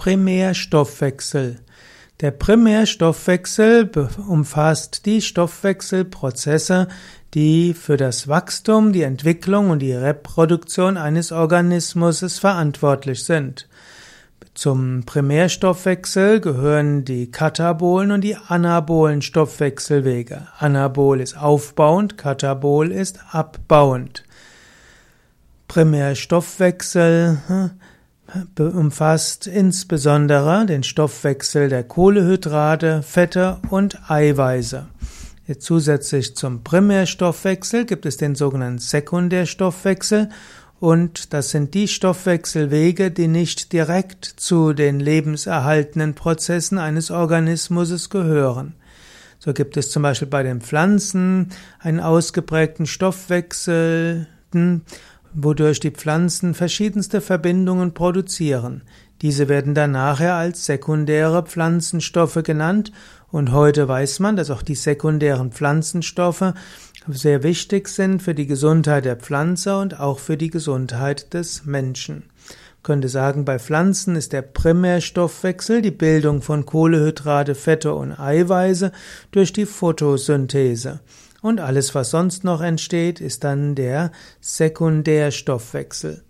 Primärstoffwechsel. Der Primärstoffwechsel umfasst die Stoffwechselprozesse, die für das Wachstum, die Entwicklung und die Reproduktion eines Organismus verantwortlich sind. Zum Primärstoffwechsel gehören die katabolen und die anabolen Stoffwechselwege. Anabol ist aufbauend, katabol ist abbauend. Primärstoffwechsel umfasst insbesondere den Stoffwechsel der Kohlenhydrate, Fette und Eiweiße. Zusätzlich zum Primärstoffwechsel gibt es den sogenannten Sekundärstoffwechsel, und das sind die Stoffwechselwege, die nicht direkt zu den lebenserhaltenden Prozessen eines Organismus gehören. So gibt es zum Beispiel bei den Pflanzen einen ausgeprägten Stoffwechsel, wodurch die Pflanzen verschiedenste Verbindungen produzieren. Diese werden dann nachher als sekundäre Pflanzenstoffe genannt, und heute weiß man, dass auch die sekundären Pflanzenstoffe sehr wichtig sind für die Gesundheit der Pflanze und auch für die Gesundheit des Menschen. Man könnte sagen, bei Pflanzen ist der Primärstoffwechsel die Bildung von Kohlenhydrate, Fette und Eiweiße durch die Photosynthese. Und alles, was sonst noch entsteht, ist dann der Sekundärstoffwechsel.